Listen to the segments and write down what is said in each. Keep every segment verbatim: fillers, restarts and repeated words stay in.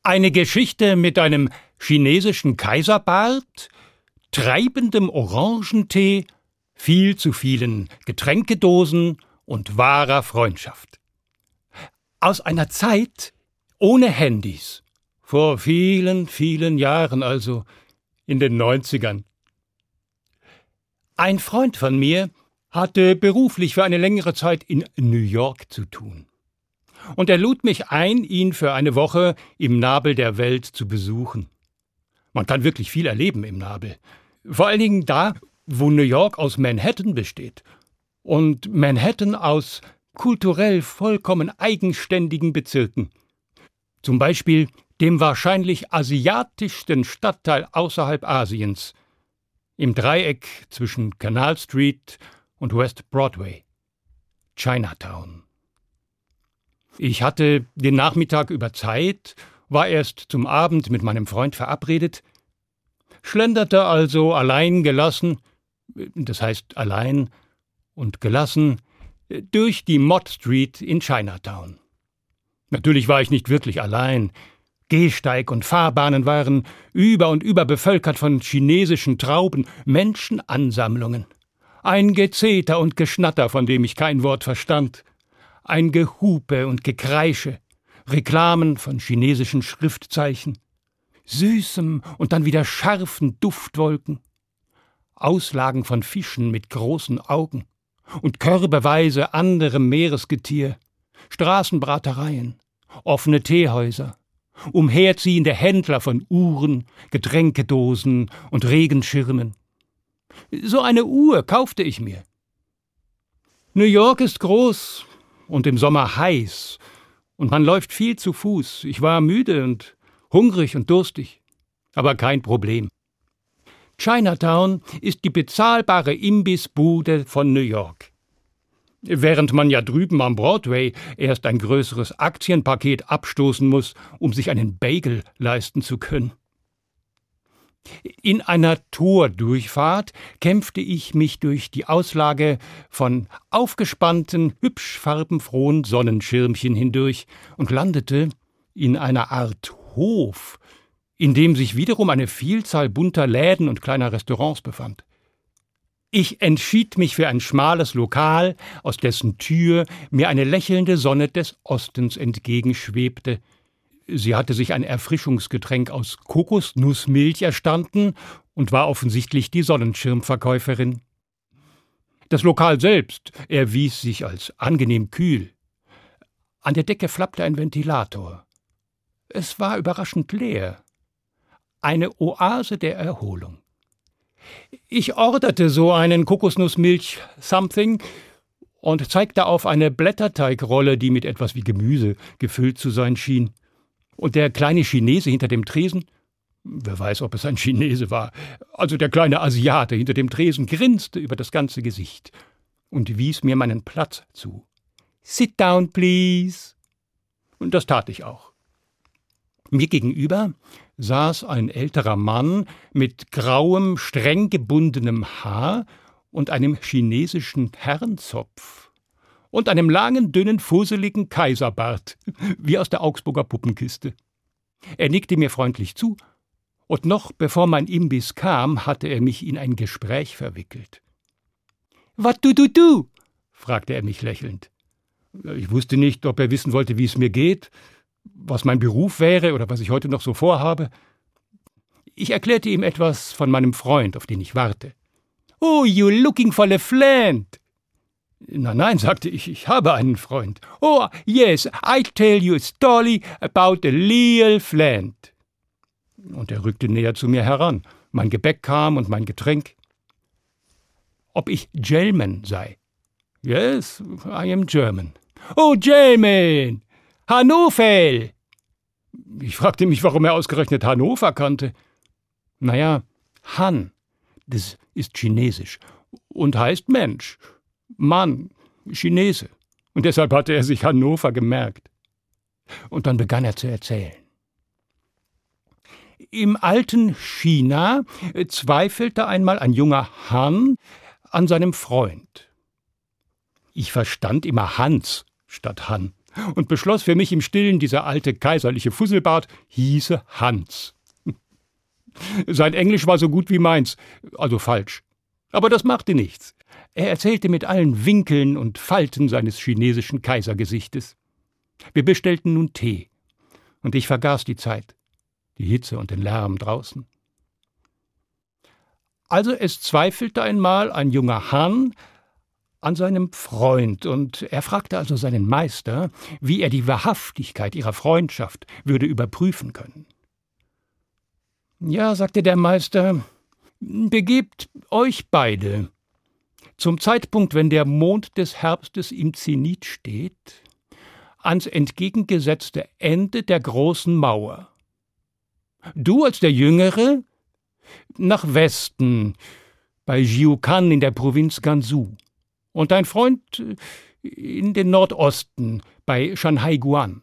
Eine Geschichte mit einem chinesischen Kaiserbart, treibendem Orangentee, viel zu vielen Getränkedosen und wahrer Freundschaft. Aus einer Zeit ohne Handys, vor vielen, vielen Jahren, also in den Neunzigern. Ein Freund von mir hatte beruflich für eine längere Zeit in New York zu tun. Und er lud mich ein, ihn für eine Woche im Nabel der Welt zu besuchen. Man kann wirklich viel erleben im Nabel. Vor allen Dingen da, wo New York aus Manhattan besteht. Und Manhattan aus kulturell vollkommen eigenständigen Bezirken. Zum Beispiel dem wahrscheinlich asiatischsten Stadtteil außerhalb Asiens, im Dreieck zwischen Canal Street und West Broadway, Chinatown. Ich hatte den Nachmittag über Zeit, war erst zum Abend mit meinem Freund verabredet, schlenderte also allein gelassen, das heißt allein und gelassen, durch die Mott Street in Chinatown. Natürlich war ich nicht wirklich allein. Gehsteig und Fahrbahnen waren über und über bevölkert von chinesischen Trauben, Menschenansammlungen. Ein Gezeter und Geschnatter, von dem ich kein Wort verstand. Ein Gehupe und Gekreische, Reklamen von chinesischen Schriftzeichen, süßem und dann wieder scharfen Duftwolken, Auslagen von Fischen mit großen Augen und körbeweise anderem Meeresgetier, Straßenbratereien, offene Teehäuser, umherziehende Händler von Uhren, Getränkedosen und Regenschirmen. So eine Uhr kaufte ich mir. New York ist groß und im Sommer heiß, und man läuft viel zu Fuß. Ich war müde und hungrig und durstig, aber kein Problem. Chinatown ist die bezahlbare Imbissbude von New York. Während man ja drüben am Broadway erst ein größeres Aktienpaket abstoßen muss, um sich einen Bagel leisten zu können. In einer Tordurchfahrt kämpfte ich mich durch die Auslage von aufgespannten, hübsch farbenfrohen Sonnenschirmchen hindurch und landete in einer Art Hof, in dem sich wiederum eine Vielzahl bunter Läden und kleiner Restaurants befand. Ich entschied mich für ein schmales Lokal, aus dessen Tür mir eine lächelnde Sonne des Ostens entgegenschwebte. Sie hatte sich ein Erfrischungsgetränk aus Kokosnussmilch erstanden und war offensichtlich die Sonnenschirmverkäuferin. Das Lokal selbst erwies sich als angenehm kühl. An der Decke flappte ein Ventilator. Es war überraschend leer. Eine Oase der Erholung. Ich orderte so einen Kokosnussmilch-Something und zeigte auf eine Blätterteigrolle, die mit etwas wie Gemüse gefüllt zu sein schien. Und der kleine Chinese hinter dem Tresen, wer weiß, ob es ein Chinese war, also der kleine Asiate hinter dem Tresen, grinste über das ganze Gesicht und wies mir meinen Platz zu. »Sit down, please.« Und das tat ich auch. Mir gegenüber saß ein älterer Mann mit grauem, streng gebundenem Haar und einem chinesischen Herrenzopf und einem langen, dünnen, fusseligen Kaiserbart, wie aus der Augsburger Puppenkiste. Er nickte mir freundlich zu, und noch bevor mein Imbiss kam, hatte er mich in ein Gespräch verwickelt. »What do du do?« fragte er mich lächelnd. Ich wusste nicht, ob er wissen wollte, wie es mir geht, was mein Beruf wäre oder was ich heute noch so vorhabe. Ich erklärte ihm etwas von meinem Freund, auf den ich warte. »Oh, you looking for a friend?« »Nein, nein«, sagte ich, »ich habe einen Freund.« »Oh, yes, I tell you a story about a real friend.« Und er rückte näher zu mir heran. Mein Gebäck kam und mein Getränk. Ob ich German sei. »Yes, I am German.« »Oh, German! Hannover!« Ich fragte mich, warum er ausgerechnet Hannover kannte. Naja, Han, das ist Chinesisch und heißt Mensch. Mann, Chinese. Und deshalb hatte er sich Hannover gemerkt. Und dann begann er zu erzählen. Im alten China zweifelte einmal ein junger Han an seinem Freund. Ich verstand immer Hans statt Han. und beschloss für mich im Stillen, dieser alte kaiserliche Fusselbart hieße Hans. Sein Englisch war so gut wie meins, also falsch. Aber das machte nichts. Er erzählte mit allen Winkeln und Falten seines chinesischen Kaisergesichtes. Wir bestellten nun Tee, und ich vergaß die Zeit, die Hitze und den Lärm draußen. Also es zweifelte einmal ein junger Han an seinem Freund, und er fragte also seinen Meister, wie er die Wahrhaftigkeit ihrer Freundschaft würde überprüfen können. »Ja«, sagte der Meister, »begebt euch beide zum Zeitpunkt, wenn der Mond des Herbstes im Zenit steht, ans entgegengesetzte Ende der großen Mauer. Du als der Jüngere nach Westen, bei Jiuquan in der Provinz Gansu, und dein Freund in den Nordosten, bei Shanhaiguan.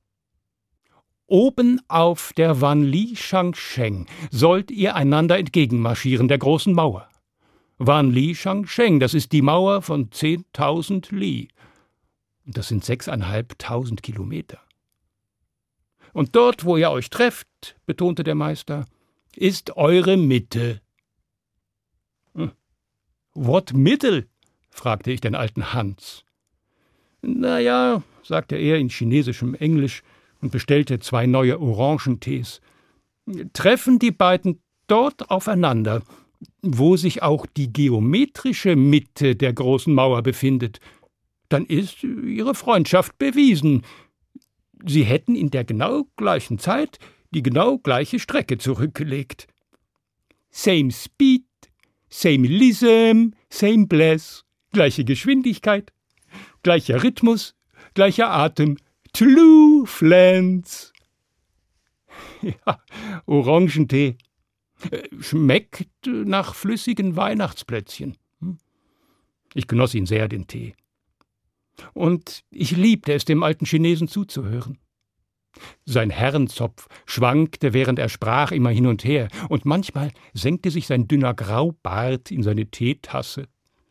Oben auf der Wanli Shangsheng sollt ihr einander entgegenmarschieren, der großen Mauer. Wanli Shangsheng, das ist die Mauer von zehntausend Li. Und das sind sechseinhalbtausend Kilometer. Und dort, wo ihr euch trefft, betonte der Meister, ist eure Mitte. Hm. What middle? Fragte ich den alten Hans. Na ja, sagte er in chinesischem Englisch und bestellte zwei neue Orangentees. Treffen die beiden dort aufeinander, wo sich auch die geometrische Mitte der großen Mauer befindet, dann ist ihre Freundschaft bewiesen. Sie hätten in der genau gleichen Zeit die genau gleiche Strecke zurückgelegt. Same speed, same rhythm, same bless, gleiche Geschwindigkeit, gleicher Rhythmus, gleicher Atem. True friends. Ja, Orangentee. Schmeckt nach flüssigen Weihnachtsplätzchen. Ich genoss ihn sehr, den Tee. Und ich liebte es, dem alten Chinesen zuzuhören. Sein Herrenzopf schwankte, während er sprach, immer hin und her, und manchmal senkte sich sein dünner Graubart in seine Teetasse.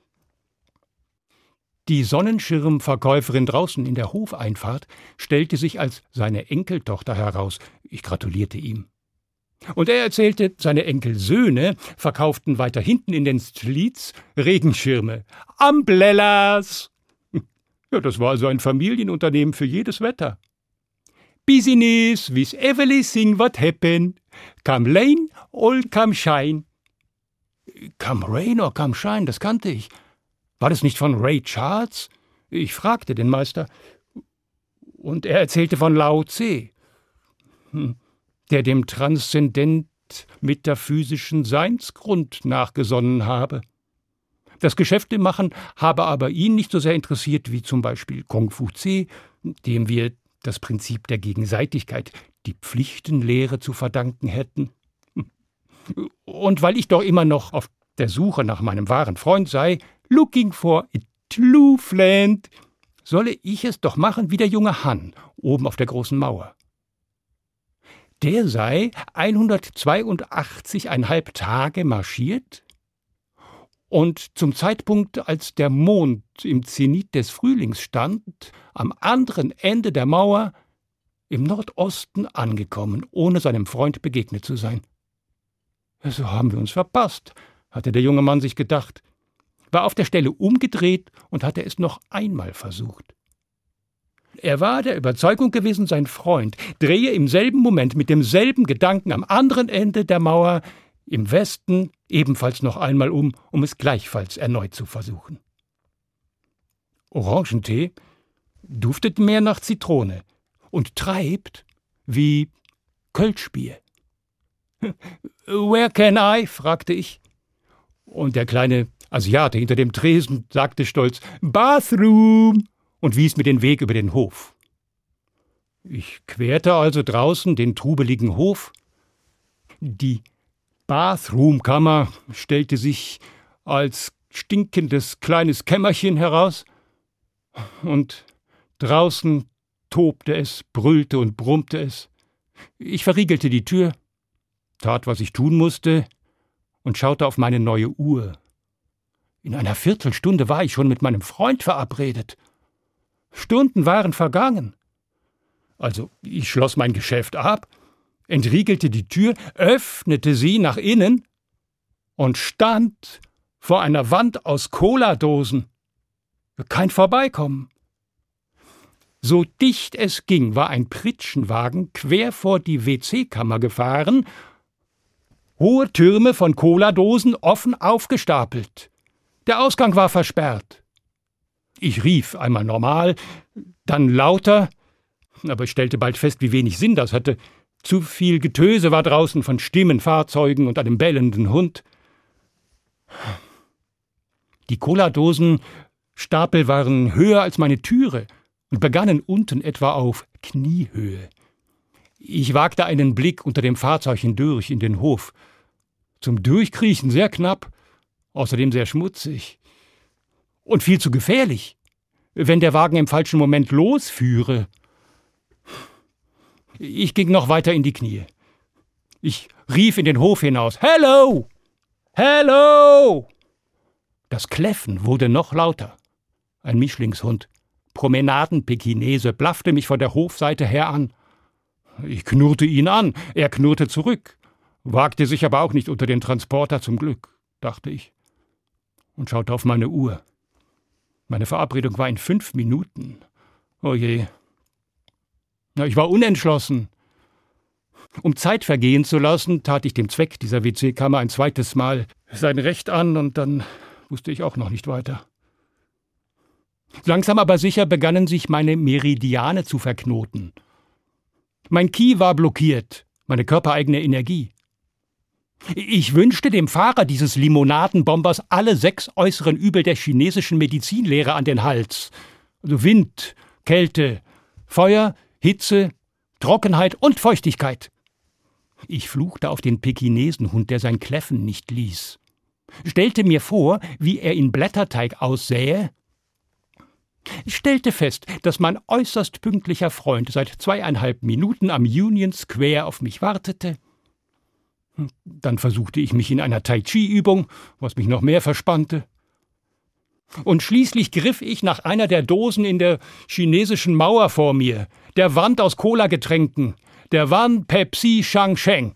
Die Sonnenschirmverkäuferin draußen in der Hofeinfahrt stellte sich als seine Enkeltochter heraus. Ich gratulierte ihm. Und er erzählte, seine Enkelsöhne verkauften weiter hinten in den Streets Regenschirme. Umbrellas! Ja, das war also ein Familienunternehmen für jedes Wetter. Business with everything what happen. Come rain or come shine. Come rain or come shine, das kannte ich. War das nicht von Ray Charles? Ich fragte den Meister. Und er erzählte von Lao Tse, der dem transzendent-metaphysischen Seinsgrund nachgesonnen habe. Das Geschäftemachen habe aber ihn nicht so sehr interessiert wie zum Beispiel Kung-Fu-Tse, dem wir das Prinzip der Gegenseitigkeit, die Pflichtenlehre zu verdanken hätten. Und weil ich doch immer noch auf der Suche nach meinem wahren Freund sei, looking for a true friend, solle ich es doch machen wie der junge Han oben auf der großen Mauer. Der sei hundertzweiundachtzig Komma fünf Tage marschiert und zum Zeitpunkt, als der Mond im Zenit des Frühlings stand, am anderen Ende der Mauer im Nordosten angekommen, ohne seinem Freund begegnet zu sein. So haben wir uns verpasst, hatte der junge Mann sich gedacht, war auf der Stelle umgedreht und hatte es noch einmal versucht. Er war der Überzeugung gewesen, sein Freund drehe im selben Moment mit demselben Gedanken am anderen Ende der Mauer im Westen ebenfalls noch einmal um, um es gleichfalls erneut zu versuchen. Orangentee duftet mehr nach Zitrone und treibt wie Kölschbier. »Where can I?« fragte ich. Und der kleine Asiate hinter dem Tresen sagte stolz »Bathroom« und wies mir den Weg über den Hof. Ich querte also draußen den trubeligen Hof. Die Bathroom-Kammer stellte sich als stinkendes kleines Kämmerchen heraus, und draußen tobte es, brüllte und brummte es. Ich verriegelte die Tür, tat, was ich tun musste, und schaute auf meine neue Uhr. In einer Viertelstunde war ich schon mit meinem Freund verabredet. Stunden waren vergangen. Also ich schloss mein Geschäft ab, entriegelte die Tür, öffnete sie nach innen und stand vor einer Wand aus Cola-Dosen. Kein Vorbeikommen. So dicht es ging, war ein Pritschenwagen quer vor die W C-Kammer gefahren, hohe Türme von Cola-Dosen offen aufgestapelt. Der Ausgang war versperrt. Ich rief einmal normal, dann lauter, aber ich stellte bald fest, wie wenig Sinn das hatte. Zu viel Getöse war draußen von Stimmen, Fahrzeugen und einem bellenden Hund. Die Cola-Dosen-Stapel waren höher als meine Türe und begannen unten etwa auf Kniehöhe. Ich wagte einen Blick unter dem Fahrzeug hindurch in den Hof. Zum Durchkriechen sehr knapp, außerdem sehr schmutzig. Und viel zu gefährlich, wenn der Wagen im falschen Moment losführe. Ich ging noch weiter in die Knie. Ich rief in den Hof hinaus: »Hello! Hello!« Das Kläffen wurde noch lauter. Ein Mischlingshund, Promenaden-Pekinese, blaffte mich von der Hofseite her an. Ich knurrte ihn an, er knurrte zurück, wagte sich aber auch nicht unter den Transporter zum Glück, dachte ich, und schaute auf meine Uhr. Meine Verabredung war in fünf Minuten. Oh je. Ich war unentschlossen. Um Zeit vergehen zu lassen, tat ich dem Zweck dieser W C-Kammer ein zweites Mal sein Recht an, und dann wusste ich auch noch nicht weiter. Langsam aber sicher begannen sich meine Meridiane zu verknoten. Mein Ki war blockiert, meine körpereigene Energie. Ich wünschte dem Fahrer dieses Limonadenbombers alle sechs äußeren Übel der chinesischen Medizinlehre an den Hals. Also Wind, Kälte, Feuer, Hitze, Trockenheit und Feuchtigkeit. Ich fluchte auf den Pekinesenhund, der sein Kläffen nicht ließ. Stellte mir vor, wie er in Blätterteig aussähe. Stellte fest, dass mein äußerst pünktlicher Freund seit zweieinhalb Minuten am Union Square auf mich wartete. Dann versuchte ich mich in einer Tai-Chi-Übung, was mich noch mehr verspannte. Und schließlich griff ich nach einer der Dosen in der chinesischen Mauer vor mir, der Wand aus Cola-Getränken, der Wan Pepsi Shangsheng.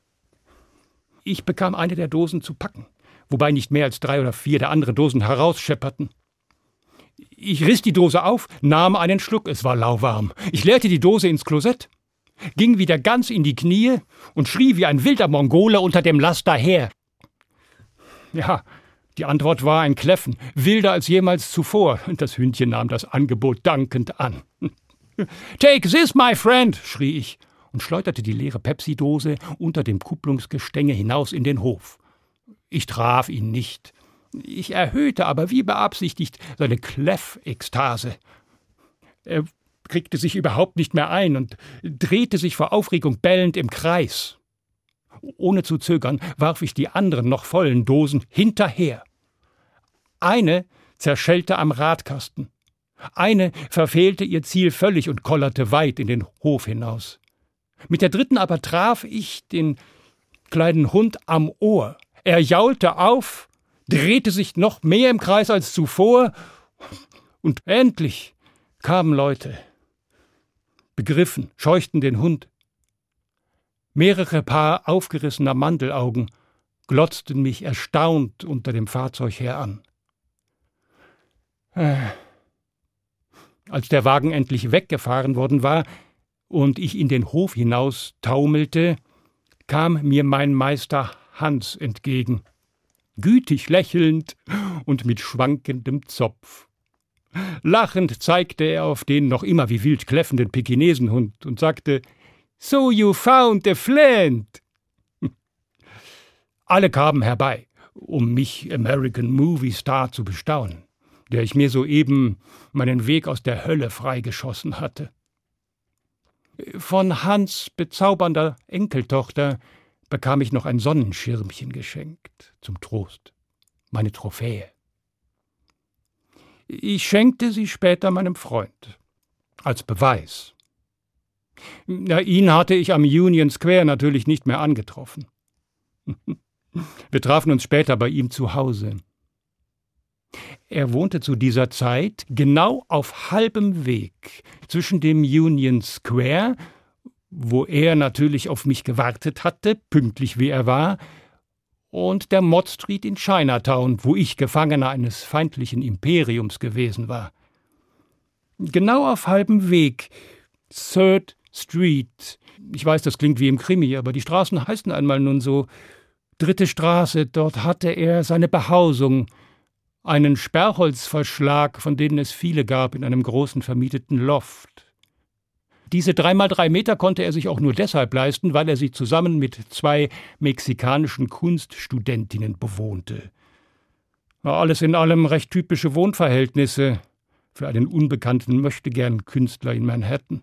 Ich bekam eine der Dosen zu packen, wobei nicht mehr als drei oder vier der anderen Dosen herausschepperten. Ich riss die Dose auf, nahm einen Schluck, es war lauwarm. Ich leerte die Dose ins Klosett, ging wieder ganz in die Knie und schrie wie ein wilder Mongole unter dem Laster her. Ja, die Antwort war ein Kläffen, wilder als jemals zuvor. Das Hündchen nahm das Angebot dankend an. »Take this, my friend«, schrie ich und schleuderte die leere Pepsi-Dose unter dem Kupplungsgestänge hinaus in den Hof. Ich traf ihn nicht. Ich erhöhte aber wie beabsichtigt seine Kläff-Ekstase. Er kriegte sich überhaupt nicht mehr ein und drehte sich vor Aufregung bellend im Kreis. Ohne zu zögern warf ich die anderen noch vollen Dosen hinterher. Eine zerschellte am Radkasten. Eine verfehlte ihr Ziel völlig und kollerte weit in den Hof hinaus. Mit der dritten aber traf ich den kleinen Hund am Ohr. Er jaulte auf, drehte sich noch mehr im Kreis als zuvor, und endlich kamen Leute, begriffen, scheuchten den Hund. Mehrere Paar aufgerissener Mandelaugen glotzten mich erstaunt unter dem Fahrzeug her an. Als der Wagen endlich weggefahren worden war und ich in den Hof hinaus taumelte, kam mir mein Meister Hans entgegen, gütig lächelnd und mit schwankendem Zopf. Lachend zeigte er auf den noch immer wie wild kläffenden Pekinesenhund und sagte: »So you found a friend!« Alle kamen herbei, um mich, American Movie Star, zu bestaunen, der ich mir soeben meinen Weg aus der Hölle freigeschossen hatte. Von Hans' bezaubernder Enkeltochter bekam ich noch ein Sonnenschirmchen geschenkt, zum Trost, meine Trophäe. Ich schenkte sie später meinem Freund, als Beweis. Na, ihn hatte ich am Union Square natürlich nicht mehr angetroffen. Wir trafen uns später bei ihm zu Hause. Er wohnte zu dieser Zeit genau auf halbem Weg zwischen dem Union Square, wo er natürlich auf mich gewartet hatte, pünktlich wie er war, und der Mott Street in Chinatown, wo ich Gefangener eines feindlichen Imperiums gewesen war. Genau auf halbem Weg, Third Street. Ich weiß, das klingt wie im Krimi, aber die Straßen heißen einmal nun so. Dritte Straße, dort hatte er seine Behausung, einen Sperrholzverschlag, von denen es viele gab, in einem großen vermieteten Loft. Diese drei mal drei Meter konnte er sich auch nur deshalb leisten, weil er sie zusammen mit zwei mexikanischen Kunststudentinnen bewohnte. Alles in allem recht typische Wohnverhältnisse für einen unbekannten Möchtegern-Künstler in Manhattan.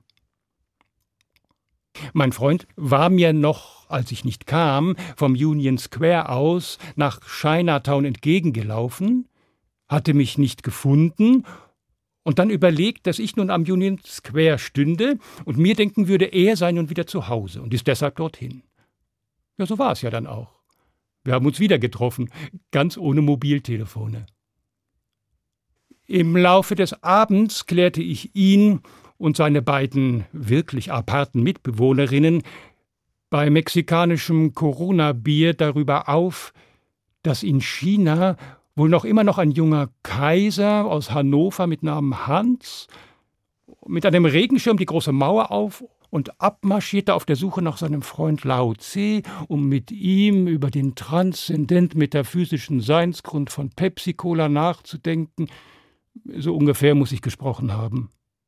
Mein Freund war mir noch, als ich nicht kam, vom Union Square aus nach Chinatown entgegengelaufen, hatte mich nicht gefunden und dann überlegt, dass ich nun am Union Square stünde und mir denken würde, er sei nun wieder zu Hause und ist deshalb dorthin. Ja, so war es ja dann auch. Wir haben uns wieder getroffen, ganz ohne Mobiltelefone. Im Laufe des Abends klärte ich ihn und seine beiden wirklich aparten Mitbewohnerinnen bei mexikanischem Corona-Bier darüber auf, dass in China wohl noch immer noch ein junger Kaiser aus Hannover mit Namen Hans mit einem Regenschirm die große Mauer auf und abmarschierte auf der Suche nach seinem Freund Lao Tse, um mit ihm über den transzendent-metaphysischen Seinsgrund von Pepsi-Cola nachzudenken. So ungefähr muss ich gesprochen haben.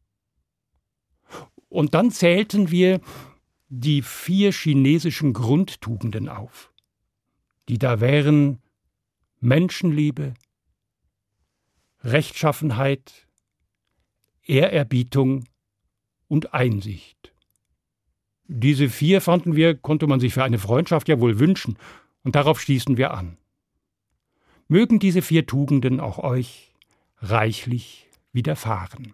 Und dann zählten wir die vier chinesischen Grundtugenden auf, die da wären Menschenliebe, Rechtschaffenheit, Ehrerbietung und Einsicht. Diese vier, fanden wir, konnte man sich für eine Freundschaft ja wohl wünschen, und darauf stießen wir an. Mögen diese vier Tugenden auch euch reichlich widerfahren.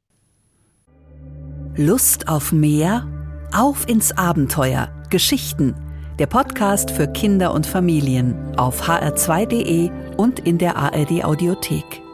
Lust auf mehr? Auf ins Abenteuer. Geschichten. Der Podcast für Kinder und Familien auf h r zwei punkt d e und in der A R D Audiothek.